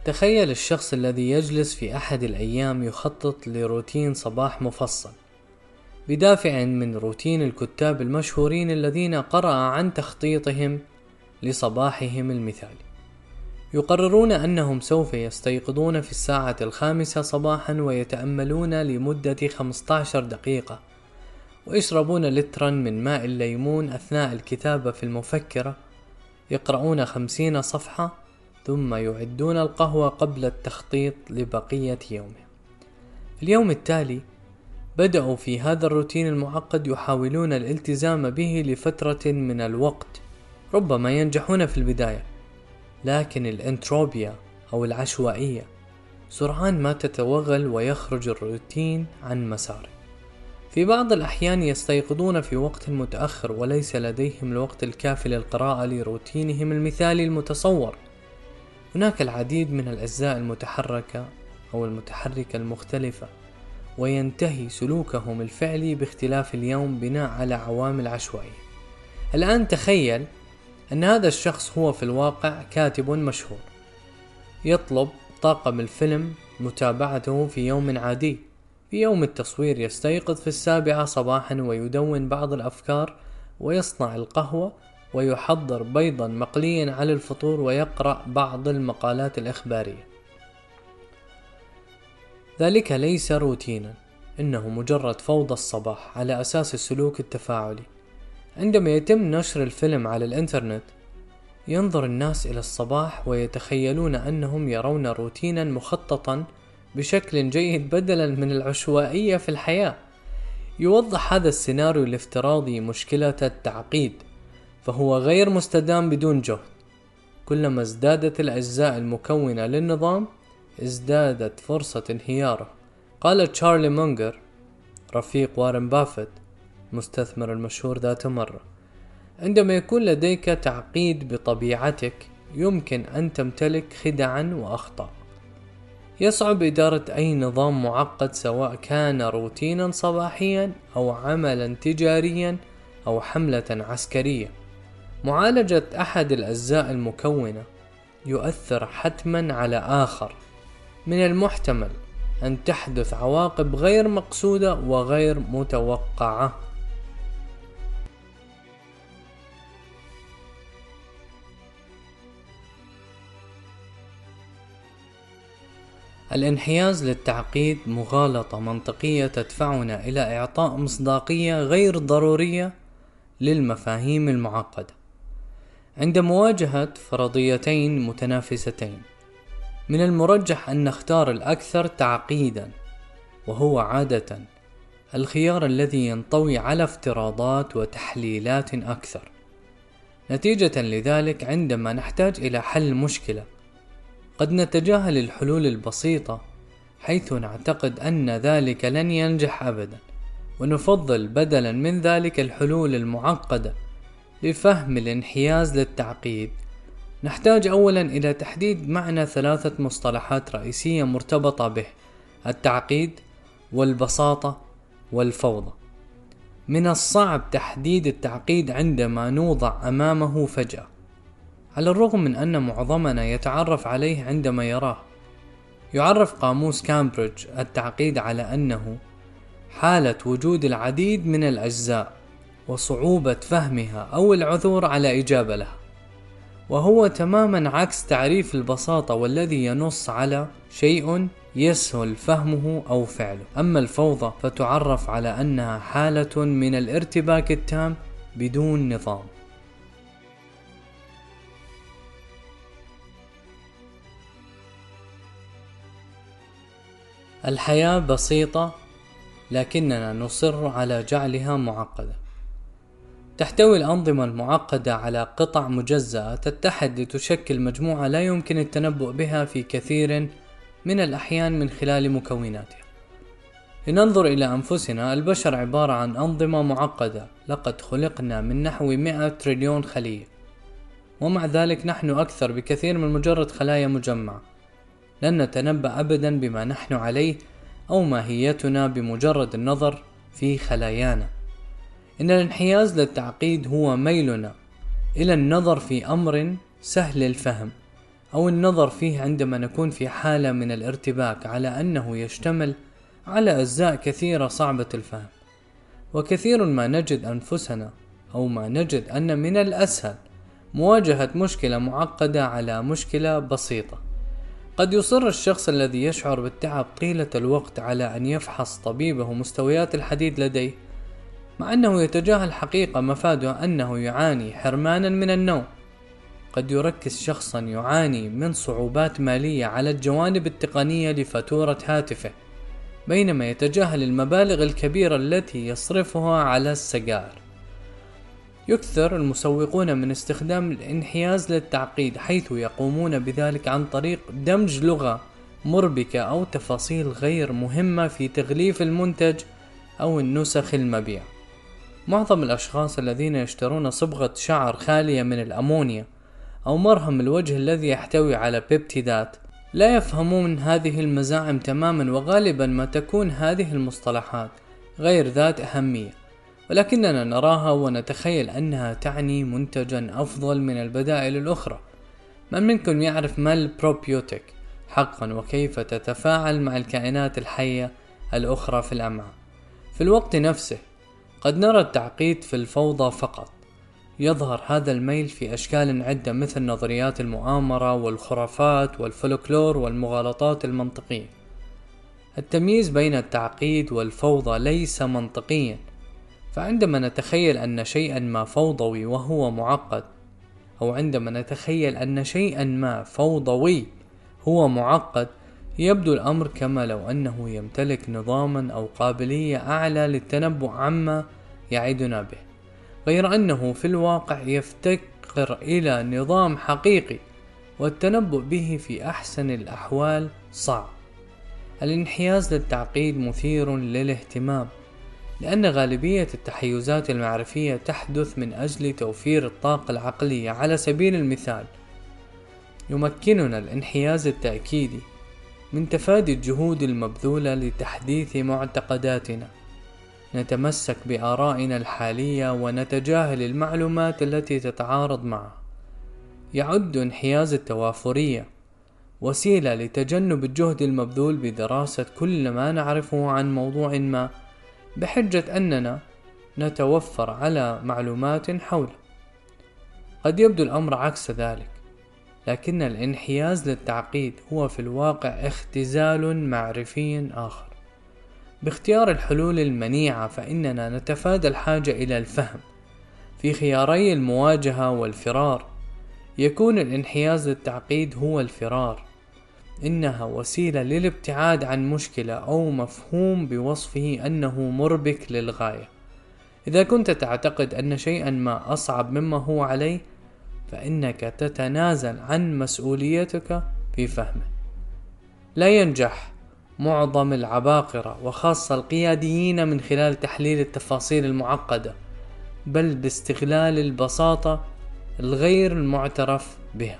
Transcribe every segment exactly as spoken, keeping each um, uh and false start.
تخيل الشخص الذي يجلس في أحد الأيام يخطط لروتين صباح مفصل بدافع من روتين الكتاب المشهورين الذين قرأ عن تخطيطهم لصباحهم المثالي. يقررون أنهم سوف يستيقظون في الساعة الخامسة صباحا ويتأملون لمدة خمسة عشر دقيقة، ويشربون لترا من ماء الليمون أثناء الكتابة في المفكرة، يقرؤون خمسين صفحة، ثم يعدون القهوة قبل التخطيط لبقية يومهم. في اليوم التالي بدأوا في هذا الروتين المعقد يحاولون الالتزام به لفترة من الوقت، ربما ينجحون في البداية، لكن الانتروبيا أو العشوائية سرعان ما تتوغل ويخرج الروتين عن مساره. في بعض الأحيان يستيقظون في وقت متأخر وليس لديهم الوقت الكافي للقراءة لروتينهم المثالي المتصور. هناك العديد من الأجزاء المتحركة أو المتحركة المختلفة، وينتهي سلوكهم الفعلي باختلاف اليوم بناء على عوامل عشوائية. الآن تخيل أن هذا الشخص هو في الواقع كاتب مشهور يطلب طاقم الفيلم متابعته في يوم عادي. في يوم التصوير يستيقظ في السابعة صباحا ويدون بعض الأفكار ويصنع القهوة ويحضر بيضا مقليا على الفطور ويقرأ بعض المقالات الإخبارية. ذلك ليس روتينا، إنه مجرد فوضى الصباح على أساس السلوك التفاعلي. عندما يتم نشر الفيلم على الإنترنت ينظر الناس إلى الصباح ويتخيلون أنهم يرون روتينا مخططا بشكل جيد بدلا من العشوائية في الحياة. يوضح هذا السيناريو الافتراضي مشكلة التعقيد، فهو غير مستدام بدون جهد. كلما ازدادت الأجزاء المكونة للنظام ازدادت فرصة انهياره. قال تشارلي مونجر رفيق وارن بافيت مستثمر المشهور ذات مرة: عندما يكون لديك تعقيد بطبيعتك يمكن أن تمتلك خدعا وأخطاء. يصعب إدارة أي نظام معقد سواء كان روتينا صباحيا أو عملا تجاريا أو حملة عسكرية. معالجة أحد الأجزاء المكونة يؤثر حتما على آخر. من المحتمل أن تحدث عواقب غير مقصودة وغير متوقعة. الانحياز للتعقيد مغالطة منطقية تدفعنا إلى إعطاء مصداقية غير ضرورية للمفاهيم المعقدة. عند مواجهة فرضيتين متنافستين من المرجح أن نختار الأكثر تعقيدا، وهو عادة الخيار الذي ينطوي على افتراضات وتحليلات أكثر. نتيجة لذلك عندما نحتاج إلى حل مشكلة قد نتجاهل الحلول البسيطة حيث نعتقد أن ذلك لن ينجح أبدا، ونفضل بدلا من ذلك الحلول المعقدة. لفهم الانحياز للتعقيد نحتاج أولا إلى تحديد معنى ثلاثة مصطلحات رئيسية مرتبطة به: التعقيد والبساطة والفوضى. من الصعب تحديد التعقيد عندما نوضع أمامه فجأة، على الرغم من أن معظمنا يتعرف عليه عندما يراه. يعرف قاموس كامبريدج التعقيد على أنه حالة وجود العديد من الأجزاء وصعوبة فهمها أو العثور على إجابة لها، وهو تماما عكس تعريف البساطة والذي ينص على شيء يسهل فهمه أو فعله. أما الفوضى فتعرف على أنها حالة من الارتباك التام بدون نظام. الحياة بسيطة لكننا نصر على جعلها معقدة. تحتوي الأنظمة المعقدة على قطع مجزأة تتحد لتشكل مجموعة لا يمكن التنبؤ بها في كثير من الأحيان من خلال مكوناتها. لننظر إلى أنفسنا، البشر عبارة عن أنظمة معقدة. لقد خلقنا من نحو مئة تريليون خلية، ومع ذلك نحن أكثر بكثير من مجرد خلايا مجمعة. لن نتنبأ أبدا بما نحن عليه أو ماهيتنا بمجرد النظر في خلايانا. إن الانحياز للتعقيد هو ميلنا إلى النظر في أمر سهل الفهم أو النظر فيه عندما نكون في حالة من الارتباك على أنه يشتمل على أجزاء كثيرة صعبة الفهم، وكثير ما نجد أنفسنا أو ما نجد أن من الأسهل مواجهة مشكلة معقدة على مشكلة بسيطة. قد يصر الشخص الذي يشعر بالتعب طيلة الوقت على أن يفحص طبيبه مستويات الحديد لديه، مع أنه يتجاهل حقيقة مفادها أنه يعاني حرمانا من النوم. قد يركز شخصا يعاني من صعوبات مالية على الجوانب التقنية لفاتورة هاتفه، بينما يتجاهل المبالغ الكبيرة التي يصرفها على السجائر. يكثر المسوقون من استخدام الانحياز للتعقيد، حيث يقومون بذلك عن طريق دمج لغة مربكة أو تفاصيل غير مهمة في تغليف المنتج أو النسخ المبيع. معظم الأشخاص الذين يشترون صبغة شعر خالية من الأمونيا أو مرهم الوجه الذي يحتوي على بيبتيدات لا يفهمون هذه المزاعم تماما، وغالبا ما تكون هذه المصطلحات غير ذات أهمية، ولكننا نراها ونتخيل أنها تعني منتجا أفضل من البدائل الأخرى. من منكم يعرف ما البروبيوتيك حقا وكيف تتفاعل مع الكائنات الحية الأخرى في الأمعاء؟ في الوقت نفسه قد نرى التعقيد في الفوضى فقط. يظهر هذا الميل في أشكال عدة مثل نظريات المؤامرة والخرافات والفولكلور والمغالطات المنطقية. التمييز بين التعقيد والفوضى ليس منطقيا، فعندما نتخيل أن شيئا ما فوضوي وهو معقد، أو عندما نتخيل أن شيئا ما فوضوي هو معقد، يبدو الأمر كما لو أنه يمتلك نظاما أو قابلية أعلى للتنبؤ عما يعدنا به، غير أنه في الواقع يفتقر إلى نظام حقيقي، والتنبؤ به في أحسن الأحوال صعب. الانحياز للتعقيد مثير للاهتمام، لأن غالبية التحيزات المعرفية تحدث من أجل توفير الطاقة العقلية. على سبيل المثال، يمكننا الانحياز التأكيدي من تفادي الجهود المبذولة لتحديث معتقداتنا، نتمسك بآرائنا الحالية ونتجاهل المعلومات التي تتعارض معها. يعد انحياز التوافرية وسيلة لتجنب الجهد المبذول بدراسة كل ما نعرفه عن موضوع ما، بحجة أننا نتوفر على معلومات حوله. قد يبدو الأمر عكس ذلك، لكن الانحياز للتعقيد هو في الواقع اختزال معرفي آخر. باختيار الحلول المنيعة فإننا نتفادى الحاجة إلى الفهم. في خياري المواجهة والفرار، يكون الانحياز للتعقيد هو الفرار. إنها وسيلة للابتعاد عن مشكلة أو مفهوم بوصفه أنه مربك للغاية. إذا كنت تعتقد أن شيئا ما أصعب مما هو عليه، فإنك تتنازل عن مسؤوليتك في فهمه. لا ينجح معظم العباقرة وخاصة القياديين من خلال تحليل التفاصيل المعقدة، بل باستغلال البساطة الغير المعترف بها.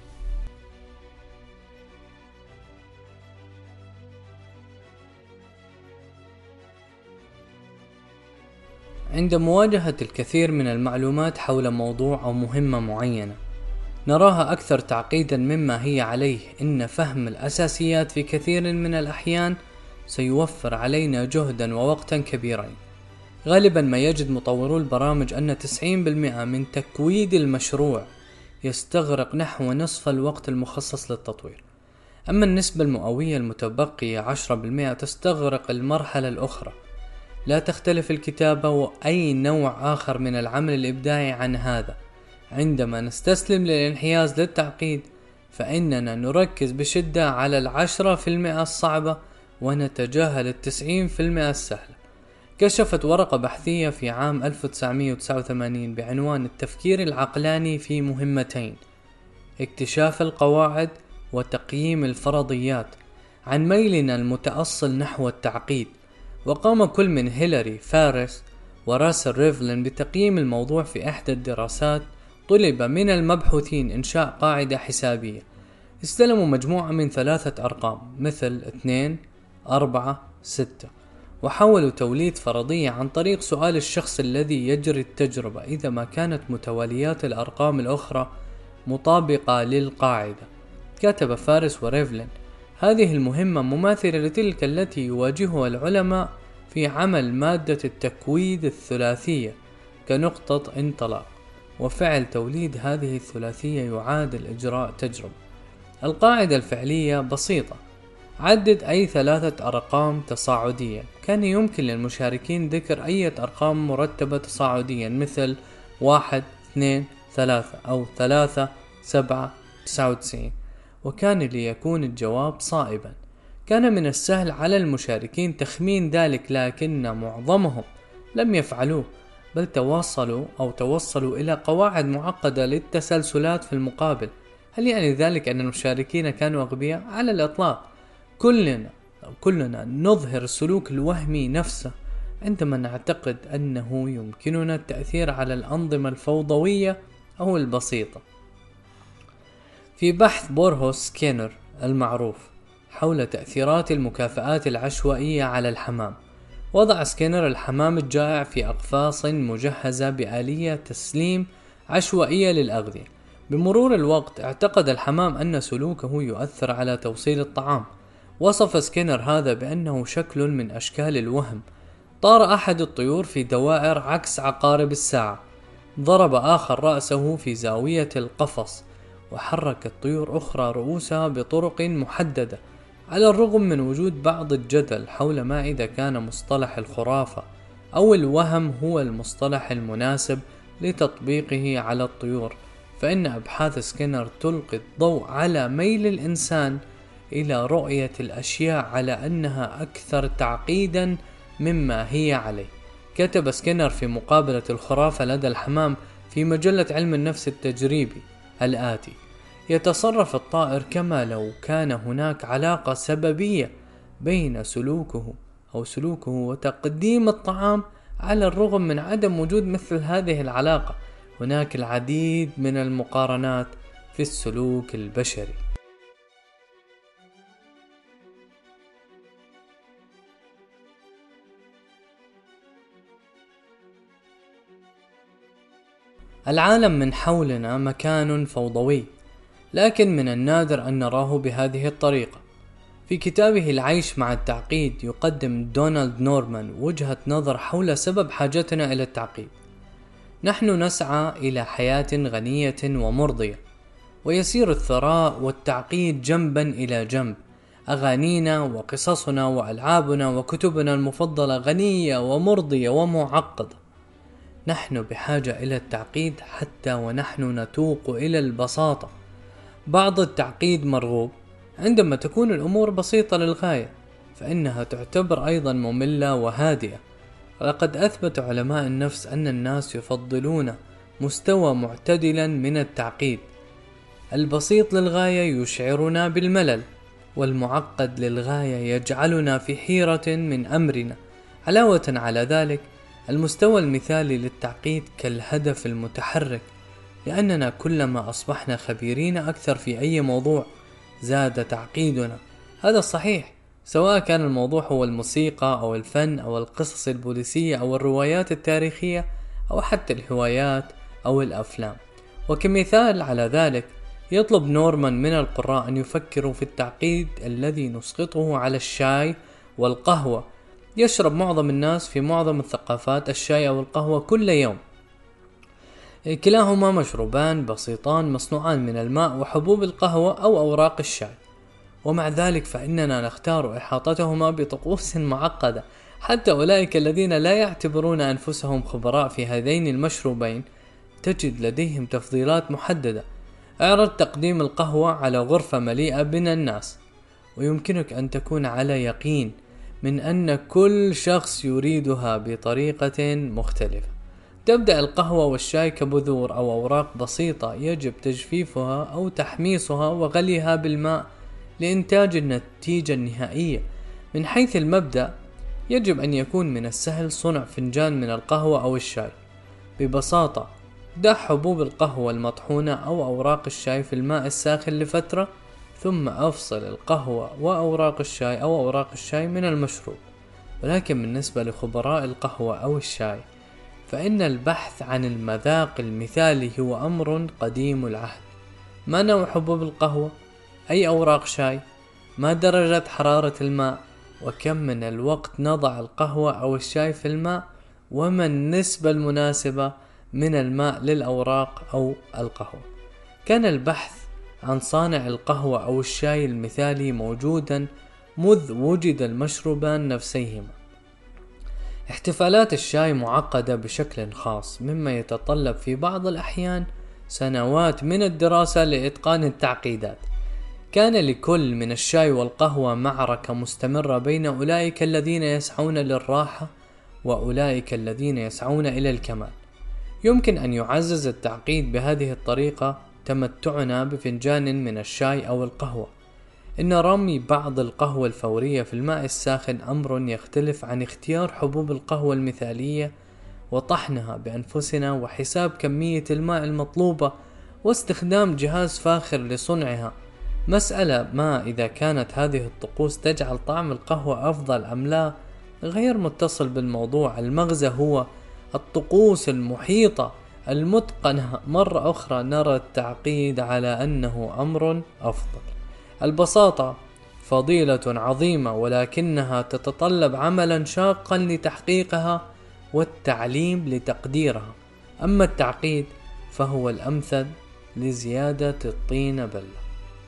عند مواجهة الكثير من المعلومات حول موضوع أو مهمة معينة، نراها أكثر تعقيدا مما هي عليه. إن فهم الأساسيات في كثير من الأحيان سيوفر علينا جهدا ووقتا كبيرين. غالبا ما يجد مطورو البرامج أن تسعين بالمئة من تكويد المشروع يستغرق نحو نصف الوقت المخصص للتطوير، أما النسبة المئوية المتبقية عشرة بالمئة تستغرق المرحلة الأخرى. لا تختلف الكتابة وأي نوع آخر من العمل الإبداعي عن هذا. عندما نستسلم للانحياز للتعقيد، فإننا نركز بشدة على العشرة في المئة الصعبة ونتجاهل التسعين في المئة السهلة. كشفت ورقة بحثية في عام ألف وتسعمائة وتسعة وثمانين بعنوان التفكير العقلاني في مهمتين: اكتشاف القواعد وتقييم الفرضيات، عن ميلنا المتأصل نحو التعقيد. وقام كل من هيلاري فارس وراسل ريفلين بتقييم الموضوع. في إحدى الدراسات طلب من المبحوثين إنشاء قاعدة حسابية. استلموا مجموعة من ثلاثة أرقام مثل اثنين، أربعة، ستة، وحاولوا توليد فرضية عن طريق سؤال الشخص الذي يجري التجربة إذا ما كانت متواليات الأرقام الأخرى مطابقة للقاعدة. كتب فارس وريفلين: هذه المهمة مماثلة لتلك التي يواجهها العلماء في عمل مادة التكويد الثلاثية كنقطة انطلاق، وفعل توليد هذه الثلاثية يعادل إجراء تجربة. القاعدة الفعلية بسيطة: عدد أي ثلاثة أرقام تصاعدية. كان يمكن للمشاركين ذكر أي أرقام مرتبة تصاعديا مثل واحد، اثنين، ثلاثة، أو ثلاثة، سبعة، تسعة وتسعين، وكان ليكون الجواب صائبا. كان من السهل على المشاركين تخمين ذلك، لكن معظمهم لم يفعلوه، بل توصلوا أو توصلوا إلى قواعد معقدة للتسلسلات في المقابل. هل يعني ذلك أن المشاركين كانوا أغبياء؟ على الإطلاق. كلنا أو كلنا نظهر السلوك الوهمي نفسه عندما نعتقد أنه يمكننا التأثير على الأنظمة الفوضوية أو البسيطة. في بحث بورهوس سكينر المعروف حول تأثيرات المكافآت العشوائية على الحمام، وضع سكينر الحمام الجائع في أقفاص مجهزة بآلية تسليم عشوائية للأغذية. بمرور الوقت اعتقد الحمام أن سلوكه يؤثر على توصيل الطعام. وصف سكينر هذا بأنه شكل من أشكال الوهم. طار أحد الطيور في دوائر عكس عقارب الساعة، ضرب آخر رأسه في زاوية القفص، وحركت طيور أخرى رؤوسها بطرق محددة. على الرغم من وجود بعض الجدل حول ما إذا كان مصطلح الخرافة أو الوهم هو المصطلح المناسب لتطبيقه على الطيور، فإن أبحاث سكينر تلقي الضوء على ميل الإنسان إلى رؤية الأشياء على أنها أكثر تعقيدا مما هي عليه. كتب سكينر في مقابلة الخرافة لدى الحمام في مجلة علم النفس التجريبي الآتي: يتصرف الطائر كما لو كان هناك علاقة سببية بين سلوكه أو سلوكه وتقديم الطعام. على الرغم من عدم وجود مثل هذه العلاقة، هناك العديد من المقارنات في السلوك البشري. العالم من حولنا مكان فوضوي، لكن من النادر أن نراه بهذه الطريقة. في كتابه العيش مع التعقيد يقدم دونالد نورمان وجهة نظر حول سبب حاجتنا إلى التعقيد. نحن نسعى إلى حياة غنية ومرضية، ويسير الثراء والتعقيد جنبا إلى جنب. أغانينا وقصصنا وألعابنا وكتبنا المفضلة غنية ومرضية ومعقدة. نحن بحاجة إلى التعقيد حتى ونحن نتوق إلى البساطة. بعض التعقيد مرغوب. عندما تكون الأمور بسيطة للغاية فإنها تعتبر أيضا مملة وهادئة. لقد أثبت علماء النفس أن الناس يفضلون مستوى معتدلا من التعقيد. البسيط للغاية يشعرنا بالملل، والمعقد للغاية يجعلنا في حيرة من أمرنا. علاوة على ذلك، المستوى المثالي للتعقيد كالهدف المتحرك، لأننا كلما أصبحنا خبيرين أكثر في أي موضوع زاد تعقيدنا. هذا صحيح سواء كان الموضوع هو الموسيقى أو الفن أو القصص البوليسية أو الروايات التاريخية أو حتى الهوايات أو الأفلام. وكمثال على ذلك، يطلب نورمان من القراء أن يفكروا في التعقيد الذي نسقطه على الشاي والقهوة. يشرب معظم الناس في معظم الثقافات الشاي أو القهوة كل يوم. كلاهما مشروبان بسيطان مصنوعان من الماء وحبوب القهوة أو أوراق الشاي، ومع ذلك فإننا نختار إحاطتهما بطقوس معقدة. حتى أولئك الذين لا يعتبرون أنفسهم خبراء في هذين المشروبين تجد لديهم تفضيلات محددة. اعرض تقديم القهوة على غرفة مليئة من الناس، ويمكنك أن تكون على يقين من أن كل شخص يريدها بطريقة مختلفة. تبدأ القهوة والشاي كبذور أو أوراق بسيطة يجب تجفيفها أو تحميصها وغليها بالماء لإنتاج النتيجة النهائية. من حيث المبدأ يجب أن يكون من السهل صنع فنجان من القهوة أو الشاي. ببساطة، ضع حبوب القهوة المطحونة أو أوراق الشاي في الماء الساخن لفترة، ثم أفصل القهوة وأوراق الشاي أو أوراق الشاي من المشروب. ولكن بالنسبة لخبراء القهوة أو الشاي فإن البحث عن المذاق المثالي هو أمر قديم العهد. ما نوع حبوب القهوة؟ أي أوراق شاي، ما درجة حرارة الماء، وكم من الوقت نضع القهوة أو الشاي في الماء، وما النسبة المناسبة من الماء للأوراق أو القهوة. كان البحث عن صانع القهوة أو الشاي المثالي موجودا مذ وجد المشروبان نفسيهما. احتفالات الشاي معقدة بشكل خاص، مما يتطلب في بعض الأحيان سنوات من الدراسة لإتقان التعقيدات. كان لكل من الشاي والقهوة معركة مستمرة بين أولئك الذين يسعون للراحة وأولئك الذين يسعون إلى الكمال. يمكن أن يعزز التعقيد بهذه الطريقة تمتعنا بفنجان من الشاي أو القهوة. إن رمي بعض القهوة الفورية في الماء الساخن أمر يختلف عن اختيار حبوب القهوة المثالية وطحنها بأنفسنا وحساب كمية الماء المطلوبة واستخدام جهاز فاخر لصنعها. مسألة ما إذا كانت هذه الطقوس تجعل طعم القهوة أفضل أم لا غير متصل بالموضوع. المغزى هو الطقوس المحيطة المتقنة. مرة أخرى نرى التعقيد على أنه أمر أفضل. البساطة فضيلة عظيمة، ولكنها تتطلب عملا شاقا لتحقيقها والتعليم لتقديرها. أما التعقيد فهو الأمثل لزيادة الطين بلة.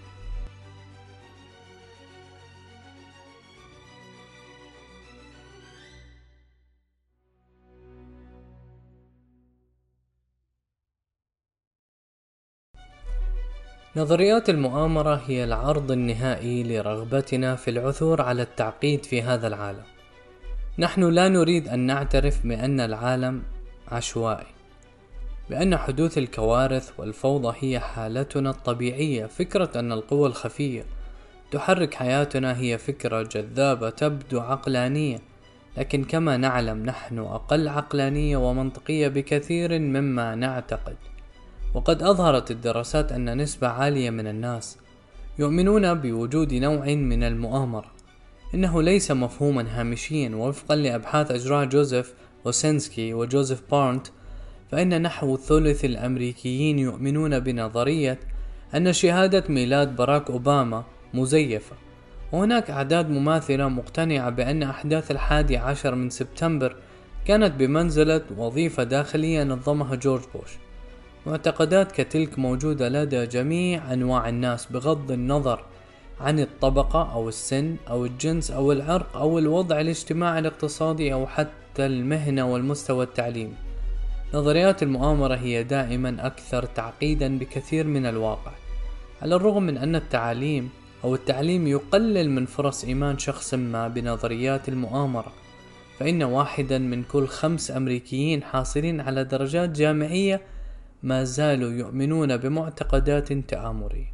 نظريات المؤامرة هي العرض النهائي لرغبتنا في العثور على التعقيد في هذا العالم. نحن لا نريد أن نعترف بأن العالم عشوائي، بأن حدوث الكوارث والفوضى هي حالتنا الطبيعية. فكرة أن القوى الخفية تحرك حياتنا هي فكرة جذابة تبدو عقلانية، لكن كما نعلم نحن أقل عقلانية ومنطقية بكثير مما نعتقد. وقد أظهرت الدراسات أن نسبة عالية من الناس يؤمنون بوجود نوع من المؤامرة. إنه ليس مفهوما هامشيا. وفقا لأبحاث أجراها جوزيف أوسينسكي وجوزيف بارنت، فإن نحو ثلث الأمريكيين يؤمنون بنظرية أن شهادة ميلاد باراك أوباما مزيفة. وهناك أعداد مماثلة مقتنعة بأن أحداث الحادي عشر من سبتمبر كانت بمنزلة وظيفة داخلية نظمها جورج بوش. معتقدات كتلك موجودة لدى جميع أنواع الناس بغض النظر عن الطبقة أو السن أو الجنس أو العرق أو الوضع الاجتماعي الاقتصادي أو حتى المهنة والمستوى التعليمي. نظريات المؤامرة هي دائما أكثر تعقيدا بكثير من الواقع. على الرغم من أن التعليم أو التعليم يقلل من فرص إيمان شخص ما بنظريات المؤامرة، فإن واحدا من كل خمس أمريكيين حاصلين على درجات جامعية ما زالوا يؤمنون بمعتقدات تآمرية.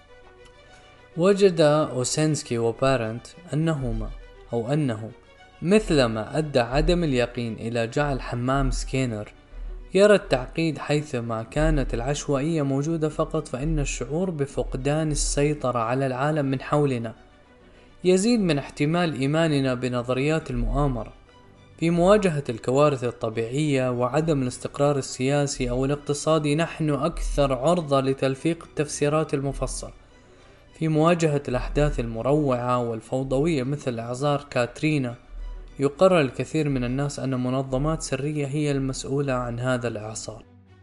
وجد أوسينسكي وبارنت أنهما أو أنه مثلما أدى عدم اليقين إلى جعل حمام سكينر يرى التعقيد حيثما كانت العشوائية موجودة فقط، فإن الشعور بفقدان السيطرة على العالم من حولنا يزيد من احتمال إيماننا بنظريات المؤامرة. في مواجهة الكوارث الطبيعية وعدم الاستقرار السياسي أو الاقتصادي نحن أكثر عرضة لتلفيق التفسيرات المفصلة. في مواجهة الأحداث المروعة والفوضوية مثل إعصار كاترينا يقرر الكثير من الناس أن منظمات سرية هي المسؤولة عن هذا الإعصار.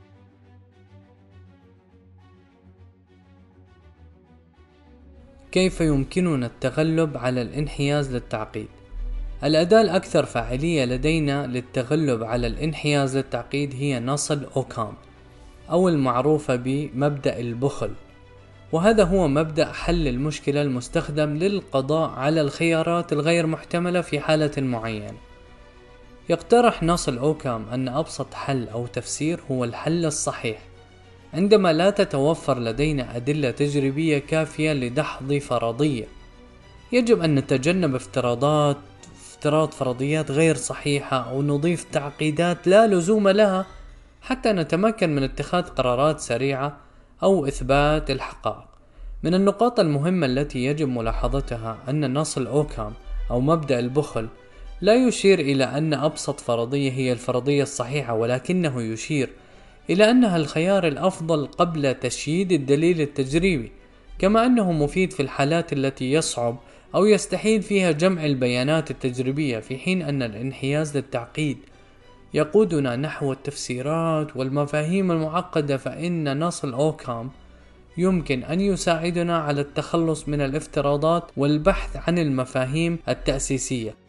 كيف يمكننا التغلب على الانحياز للتعقيد؟ الأداة الأكثر فاعلية لدينا للتغلب على الانحياز للتعقيد هي نصل أوكام، أو المعروفة بمبدأ البخل. وهذا هو مبدأ حل المشكلة المستخدم للقضاء على الخيارات الغير محتملة في حالة معينة. يقترح نصل أوكام أن أبسط حل أو تفسير هو الحل الصحيح. عندما لا تتوفر لدينا أدلة تجريبية كافية لدحض فرضية، يجب أن نتجنب افتراضات افتراض فرضيات غير صحيحة أو نضيف تعقيدات لا لزوم لها حتى نتمكن من اتخاذ قرارات سريعة أو إثبات الحقائق. من النقاط المهمة التي يجب ملاحظتها أن نصل أوكام أو مبدأ البخل لا يشير إلى أن أبسط فرضية هي الفرضية الصحيحة، ولكنه يشير إلى أنها الخيار الأفضل قبل تشييد الدليل التجريبي. كما أنه مفيد في الحالات التي يصعب أو يستحيل فيها جمع البيانات التجريبية، في حين أن الانحياز للتعقيد يقودنا نحو التفسيرات والمفاهيم المعقدة. فإن نص الأوكام يمكن أن يساعدنا على التخلص من الافتراضات والبحث عن المفاهيم التأسيسية